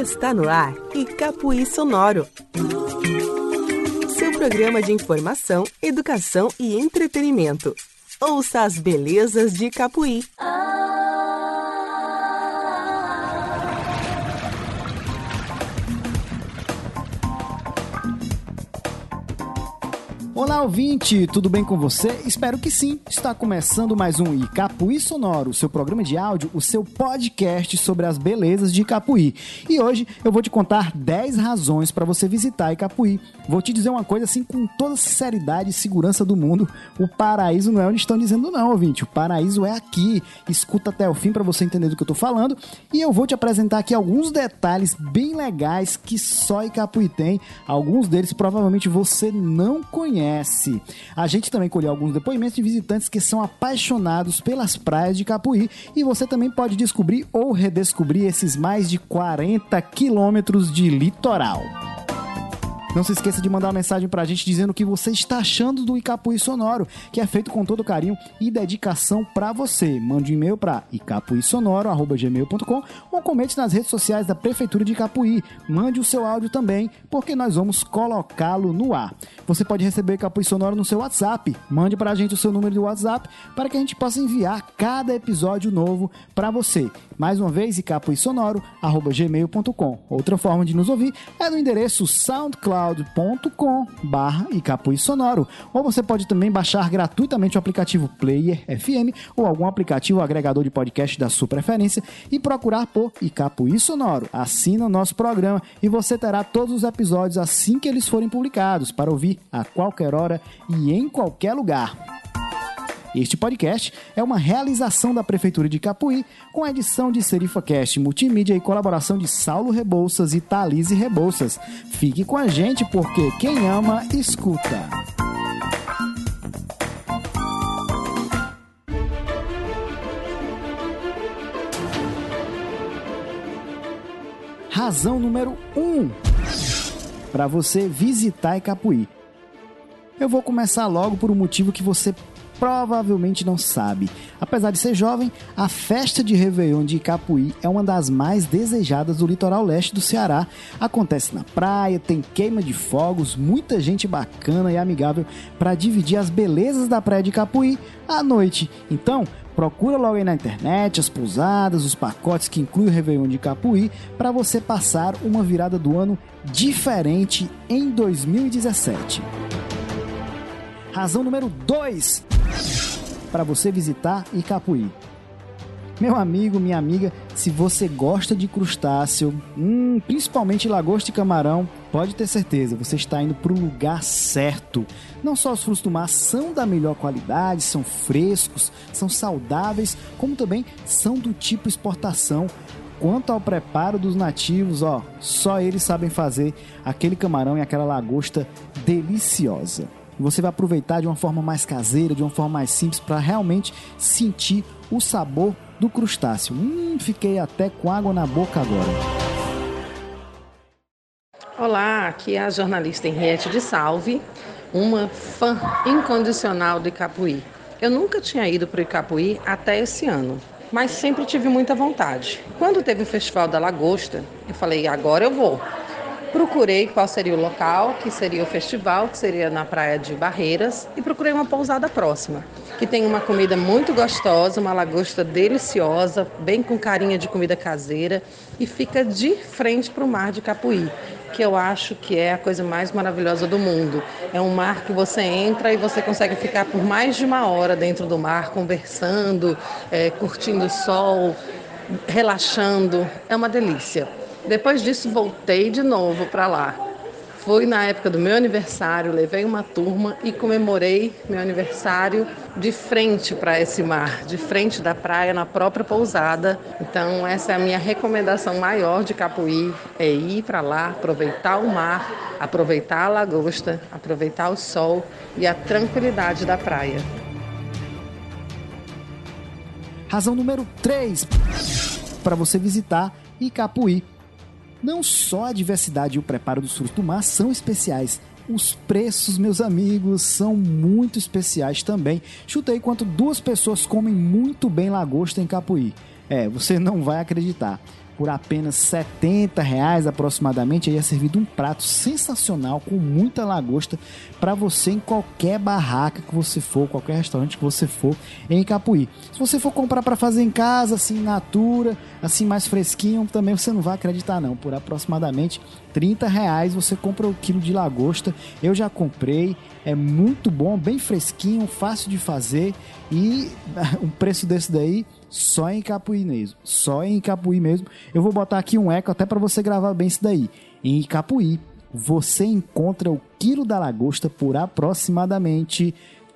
Está no ar Icapuí Sonoro. Seu programa de informação, educação e entretenimento. Ouça as belezas de Icapuí. Olá, ouvinte! Tudo bem com você? Espero que sim! Está começando mais um Icapuí Sonoro, seu programa de áudio, o seu podcast sobre as belezas de Icapuí. E hoje eu vou te contar 10 razões para você visitar Icapuí. Vou te dizer uma coisa assim com toda a sinceridade e segurança do mundo: o paraíso não é onde estão dizendo não, ouvinte. O paraíso é aqui. Escuta até o fim para você entender do que eu estou falando. E eu vou te apresentar aqui alguns detalhes bem legais que só Icapuí tem. Alguns deles provavelmente você não conhece. A gente também colheu alguns depoimentos de visitantes que são apaixonados pelas praias de Icapuí e você também pode descobrir ou redescobrir esses mais de 40 quilômetros de litoral. Não se esqueça de mandar uma mensagem pra gente dizendo o que você está achando do Icapuí Sonoro, que é feito com todo carinho e dedicação pra você. Mande um e-mail pra icapuisonoro@gmail.com ou comente nas redes sociais da Prefeitura de Icapuí. Mande o seu áudio também, porque nós vamos colocá-lo no ar. Você pode receber o Icapuí Sonoro no seu WhatsApp. Mande pra gente o seu número de WhatsApp para que a gente possa enviar cada episódio novo pra você. Mais uma vez, icapuisonoro@gmail.com. Outra forma de nos ouvir é no endereço soundcloud.com/Icapuí Sonoro. Ou você pode também baixar gratuitamente o aplicativo Player FM ou algum aplicativo agregador de podcast da sua preferência e procurar por Icapuí Sonoro. Assina o nosso programa e você terá todos os episódios assim que eles forem publicados para ouvir a qualquer hora e em qualquer lugar. Este podcast é uma realização da Prefeitura de Icapuí, com a edição de SerifaCast Multimídia e colaboração de Saulo Rebouças e Thalise Rebouças. Fique com a gente, porque quem ama, escuta. Razão número 1 para você visitar Icapuí. Eu vou começar logo por um motivo que você provavelmente não sabe. Apesar de ser jovem, a festa de Réveillon de Icapuí é uma das mais desejadas do litoral leste do Ceará. Acontece na praia, tem queima de fogos, muita gente bacana e amigável para dividir as belezas da praia de Icapuí à noite. Então, procura logo aí na internet as pousadas, os pacotes que incluem o Réveillon de Icapuí para você passar uma virada do ano diferente em 2017. Razão número 2 para você visitar Icapuí. Meu amigo, minha amiga, se você gosta de crustáceo, principalmente lagosta e camarão, pode ter certeza, você está indo para o lugar certo. Não só os frutos do mar são da melhor qualidade, são frescos, são saudáveis, como também são do tipo exportação. Quanto ao preparo dos nativos, só eles sabem fazer aquele camarão e aquela lagosta deliciosa. Você vai aproveitar de uma forma mais caseira, de uma forma mais simples, para realmente sentir o sabor do crustáceo. Fiquei até com água na boca agora. Olá, aqui é a jornalista Henriette de Salve, uma fã incondicional do Icapuí. Eu nunca tinha ido para o Icapuí até esse ano, mas sempre tive muita vontade. Quando teve o Festival da Lagosta, eu falei, agora eu vou. Procurei qual seria o local, que seria o festival, que seria na praia de Barreiras, e procurei uma pousada próxima, que tem uma comida muito gostosa, uma lagosta deliciosa, bem com carinha de comida caseira, e fica de frente para o mar de Icapuí, que eu acho que é a coisa mais maravilhosa do mundo. É um mar que você entra e você consegue ficar por mais de uma hora dentro do mar, conversando, curtindo o sol, relaxando. É uma delícia. Depois disso, voltei de novo para lá. Fui na época do meu aniversário, levei uma turma e comemorei meu aniversário de frente para esse mar, de frente da praia, na própria pousada. Então, essa é a minha recomendação maior de Icapuí, é ir para lá, aproveitar o mar, aproveitar a lagosta, aproveitar o sol e a tranquilidade da praia. Razão número 3 para você visitar Icapuí. Não só a diversidade e o preparo dos frutos do mar são especiais, os preços, meus amigos, são muito especiais também. Chutei quanto 2 pessoas comem muito bem lagosta em Icapuí. Você não vai acreditar. por apenas R$70 aproximadamente, aí é servido um prato sensacional com muita lagosta para você em qualquer barraca que você for, qualquer restaurante que você for em Icapuí. Se você for comprar para fazer em casa, assim, in natura, assim, mais fresquinho, também você não vai acreditar não. Por aproximadamente R$30 você compra o quilo de lagosta. Eu já comprei, é muito bom, bem fresquinho, fácil de fazer e um preço desse daí só em Icapuí mesmo. Só em Icapuí mesmo. Eu vou botar aqui um eco até para você gravar bem isso daí. Em Icapuí, você encontra o quilo da lagosta por aproximadamente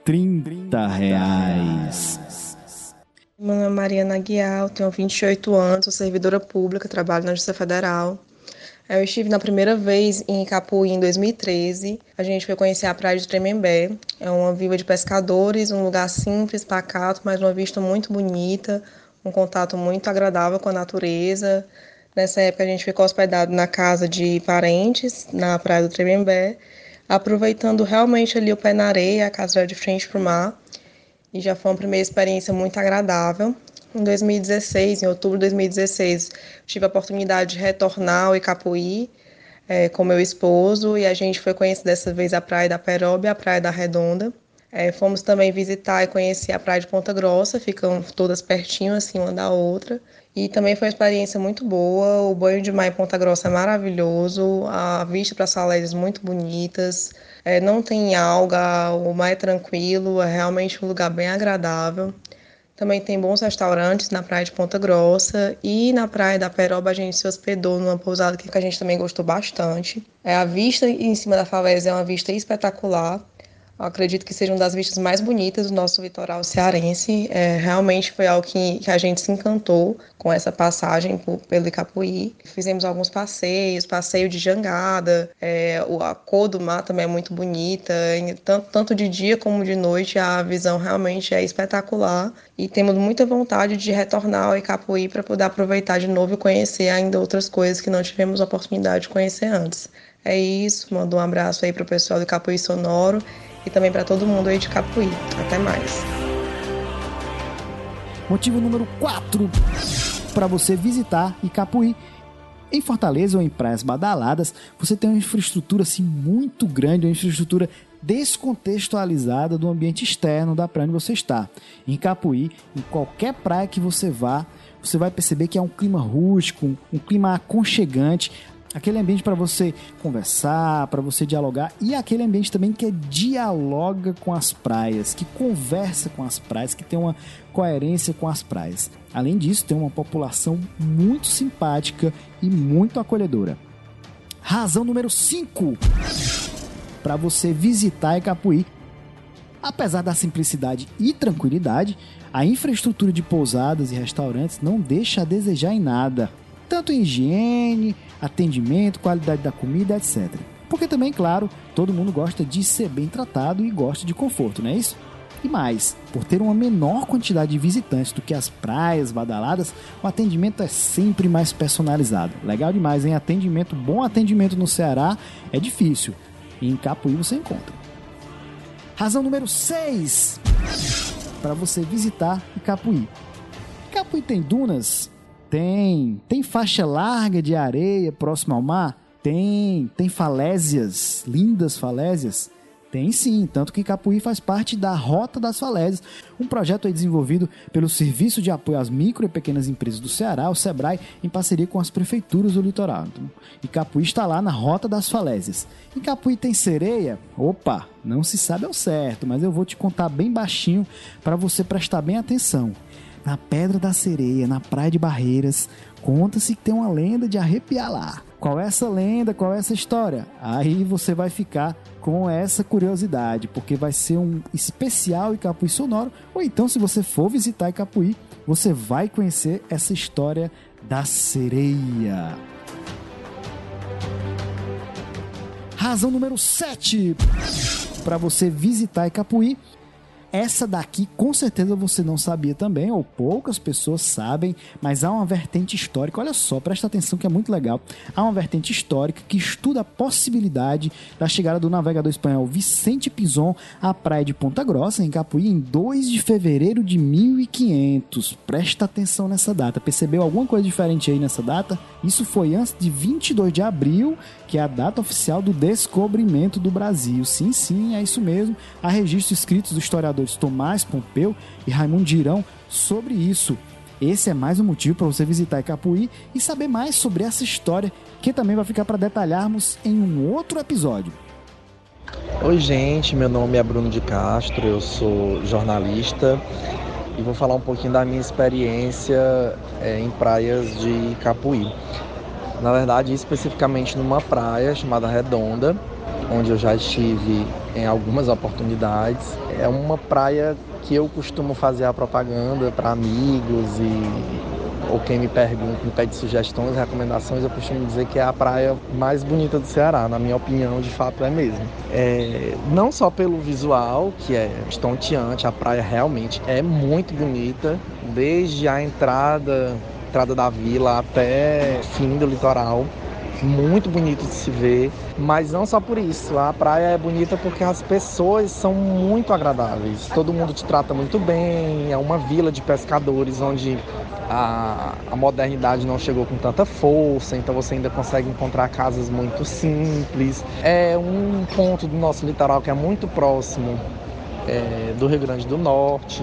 R$30. Meu nome é Mariana Aguiar, tenho 28 anos, sou servidora pública, trabalho na Justiça Federal. Eu estive na primeira vez em Icapuí em 2013. A gente foi conhecer a praia de Tremembé. É uma vila de pescadores, um lugar simples, pacato, mas uma vista muito bonita, um contato muito agradável com a natureza. Nessa época a gente ficou hospedado na casa de parentes, na praia do Tremembé, aproveitando realmente ali o pé na areia, a casa era de frente para o mar. E já foi uma primeira experiência muito agradável. Em 2016, em outubro de 2016, tive a oportunidade de retornar ao Icapuí com meu esposo e a gente foi conhecer dessa vez a Praia da Peroba e a Praia da Redonda. Fomos também visitar e conhecer a Praia de Ponta Grossa, ficam todas pertinho assim uma da outra. E também foi uma experiência muito boa, o banho de mar em Ponta Grossa é maravilhoso, a vista para as falésias muito bonitas, não tem alga, o mar é tranquilo, é realmente um lugar bem agradável. Também tem bons restaurantes na praia de Ponta Grossa e na praia da Peroba a gente se hospedou numa pousada que a gente também gostou bastante. A vista em cima da falésia é uma vista espetacular. Eu acredito que seja uma das vistas mais bonitas do nosso litoral cearense. Realmente foi algo que a gente se encantou com essa passagem pelo Icapuí. Fizemos alguns passeios, passeio de jangada, a cor do mar também é muito bonita, tanto de dia como de noite a visão realmente é espetacular e temos muita vontade de retornar ao Icapuí para poder aproveitar de novo e conhecer ainda outras coisas que não tivemos a oportunidade de conhecer antes. É isso, mando um abraço aí para o pessoal do Icapuí Sonoro e também para todo mundo aí de Capuí. Até mais. Motivo número 4 para você visitar Icapuí. Em Fortaleza ou em praias badaladas, você tem uma infraestrutura assim, muito grande, uma infraestrutura descontextualizada do ambiente externo da praia onde você está. Em Icapuí, em qualquer praia que você vá, você vai perceber que é um clima rústico, um clima aconchegante, aquele ambiente para você conversar, para você dialogar, e aquele ambiente também que dialoga com as praias, que conversa com as praias, que tem uma coerência com as praias. Além disso, tem uma população muito simpática e muito acolhedora. Razão número 5 para você visitar Icapuí. Apesar da simplicidade e tranquilidade, a infraestrutura de pousadas e restaurantes não deixa a desejar em nada. Tanto em higiene, atendimento, qualidade da comida, etc. Porque também, claro, todo mundo gosta de ser bem tratado e gosta de conforto, não é isso? E mais, por ter uma menor quantidade de visitantes do que as praias badaladas, o atendimento é sempre mais personalizado. Legal demais, hein? Bom atendimento no Ceará é difícil. E em Capuí você encontra. Razão número 6 para você visitar Icapuí. Icapuí tem dunas? Tem faixa larga de areia próxima ao mar? Tem falésias, lindas falésias? Tem sim, tanto que Icapuí faz parte da Rota das Falésias, um projeto aí desenvolvido pelo Serviço de Apoio às Micro e Pequenas Empresas do Ceará, o SEBRAE, em parceria com as prefeituras do litoral. Então, Icapuí está lá na Rota das Falésias. Icapuí tem sereia? Opa, não se sabe ao certo, mas eu vou te contar bem baixinho para você prestar bem atenção. Na Pedra da Sereia, na Praia de Barreiras, conta-se que tem uma lenda de arrepiar lá. Qual é essa lenda? Qual é essa história? Aí você vai ficar com essa curiosidade, porque vai ser um especial Icapuí Sonoro, ou então se você for visitar Icapuí, você vai conhecer essa história da sereia. Razão número 7 para você visitar Icapuí essa daqui com certeza você não sabia também, ou poucas pessoas sabem, mas há uma vertente histórica, olha só, presta atenção que é muito legal, há uma vertente histórica que estuda a possibilidade da chegada do navegador espanhol Vicente Pinzón à praia de Ponta Grossa, em Capuí, em 2 de fevereiro de 1500. Presta atenção nessa data, percebeu alguma coisa diferente aí nessa data? Isso foi antes de 22 de abril, que é a data oficial do descobrimento do Brasil. Sim, é isso mesmo. Há registros escritos dos historiadores Tomás Pompeu e Raimundo Girão sobre isso. Esse é mais um motivo para você visitar Icapuí e saber mais sobre essa história, que também vai ficar para detalharmos em um outro episódio. Oi gente, meu nome é Bruno de Castro, eu sou jornalista e vou falar um pouquinho da minha experiência em praias de Icapuí. Na verdade, especificamente numa praia chamada Redonda, onde eu já estive em algumas oportunidades. É uma praia que eu costumo fazer a propaganda para amigos ou quem me pergunta, me pede sugestões, recomendações, eu costumo dizer que é a praia mais bonita do Ceará, na minha opinião, de fato é mesmo. Não só pelo visual, que é estonteante, a praia realmente é muito bonita, desde a entrada da vila até fim do litoral, muito bonito de se ver, mas não só por isso, a praia é bonita porque as pessoas são muito agradáveis, todo mundo te trata muito bem, é uma vila de pescadores onde a modernidade não chegou com tanta força, então você ainda consegue encontrar casas muito simples. É um ponto do nosso litoral que é muito próximo do Rio Grande do Norte,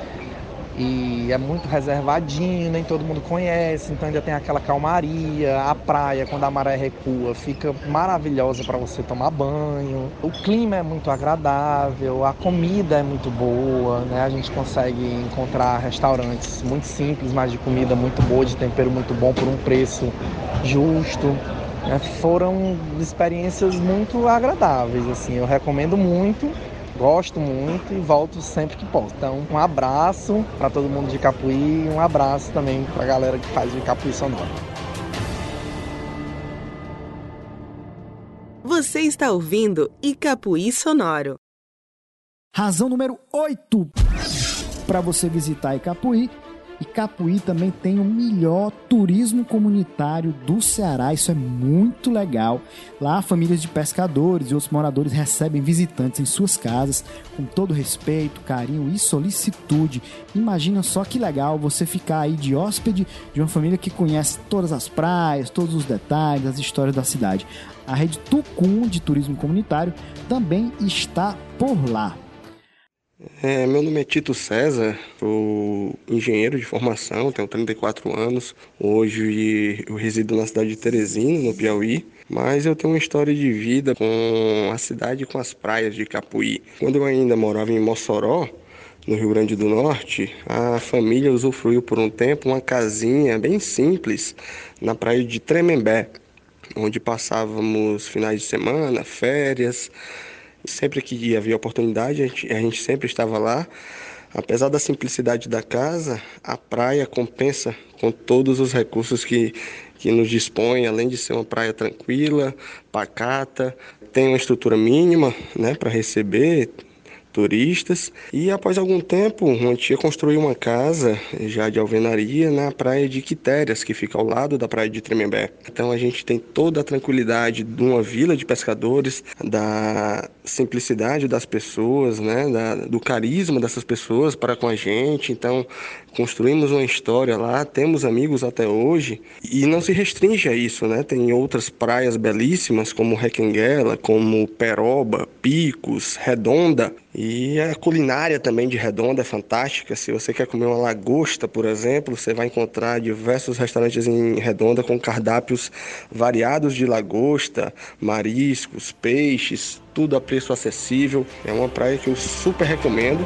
e é muito reservadinho, nem todo mundo conhece, então ainda tem aquela calmaria. A praia, quando a maré recua, fica maravilhosa para você tomar banho. O clima é muito agradável, a comida é muito boa, né? A gente consegue encontrar restaurantes muito simples, mas de comida muito boa, de tempero muito bom, por um preço justo. Foram experiências muito agradáveis, assim, eu recomendo muito. Gosto muito e volto sempre que posso. Então, um abraço para todo mundo de Icapuí e um abraço também para a galera que faz o Icapuí Sonoro. Você está ouvindo Icapuí Sonoro. Razão número 8 para você visitar Icapuí. Icapuí também tem o melhor turismo comunitário do Ceará, isso é muito legal. Lá, famílias de pescadores e outros moradores recebem visitantes em suas casas com todo respeito, carinho e solicitude. Imagina só que legal você ficar aí de hóspede de uma família que conhece todas as praias, todos os detalhes, as histórias da cidade. A rede Tucum de turismo comunitário também está por lá. Meu nome é Tito César, sou engenheiro de formação, tenho 34 anos. Hoje eu resido na cidade de Teresina, no Piauí, mas eu tenho uma história de vida com a cidade e com as praias de Icapuí. Quando eu ainda morava em Mossoró, no Rio Grande do Norte, a família usufruiu por um tempo uma casinha bem simples na praia de Tremembé, onde passávamos finais de semana, férias. Sempre que havia oportunidade, a gente sempre estava lá. Apesar da simplicidade da casa, a praia compensa com todos os recursos que nos dispõe, além de ser uma praia tranquila, pacata, tem uma estrutura mínima, né, para receber turistas. E após algum tempo, uma tia construiu uma casa já de alvenaria na praia de Quitérias, que fica ao lado da praia de Tremembé. Então a gente tem toda a tranquilidade de uma vila de pescadores, da simplicidade das pessoas, né, do carisma dessas pessoas para com a gente. Então construímos uma história lá, temos amigos até hoje e não se restringe a isso, né? Tem outras praias belíssimas como Requenguela, como Peroba, Picos, Redonda. E a culinária também de Redonda é fantástica. Se você quer comer uma lagosta, por exemplo, você vai encontrar diversos restaurantes em Redonda com cardápios variados de lagosta, mariscos, peixes, tudo a preço acessível. É uma praia que eu super recomendo.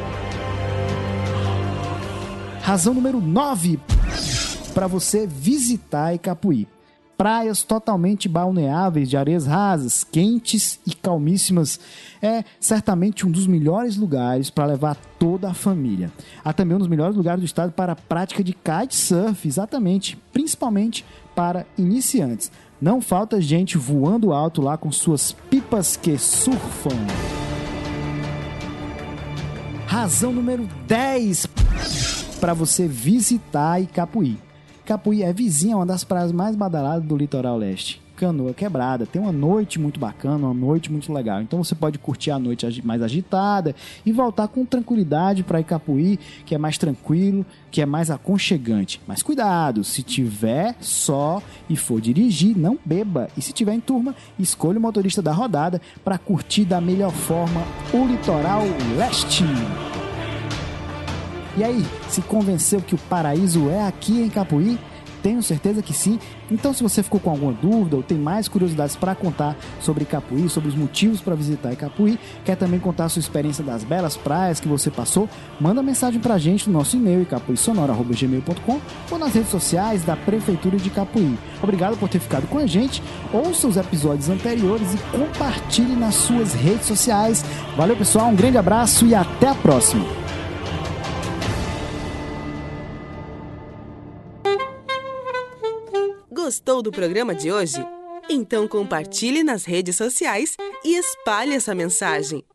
Razão número 9 para você visitar Icapuí. Praias totalmente balneáveis, de areias rasas, quentes e calmíssimas. É certamente um dos melhores lugares para levar toda a família. Há também um dos melhores lugares do estado para a prática de kitesurf, exatamente, principalmente para iniciantes. Não falta gente voando alto lá com suas pipas que surfam. Razão número 10 para você visitar Icapuí. Icapuí é vizinha, uma das praias mais badaladas do litoral leste. Canoa Quebrada, tem uma noite muito bacana, uma noite muito legal. Então você pode curtir a noite mais agitada e voltar com tranquilidade para Icapuí, que é mais tranquilo, que é mais aconchegante. Mas cuidado, se tiver só e for dirigir, não beba. E se tiver em turma, escolha o motorista da rodada para curtir da melhor forma o litoral leste. E aí, se convenceu que o paraíso é aqui em Icapuí? Tenho certeza que sim. Então, se você ficou com alguma dúvida ou tem mais curiosidades para contar sobre Icapuí, sobre os motivos para visitar Icapuí, quer também contar a sua experiência das belas praias que você passou, manda mensagem para a gente no nosso e-mail icapuisonora@gmail.com ou nas redes sociais da Prefeitura de Icapuí. Obrigado por ter ficado com a gente. Ouça os episódios anteriores e compartilhe nas suas redes sociais. Valeu, pessoal. Um grande abraço e até a próxima. Gostou do programa de hoje? Então compartilhe nas redes sociais e espalhe essa mensagem.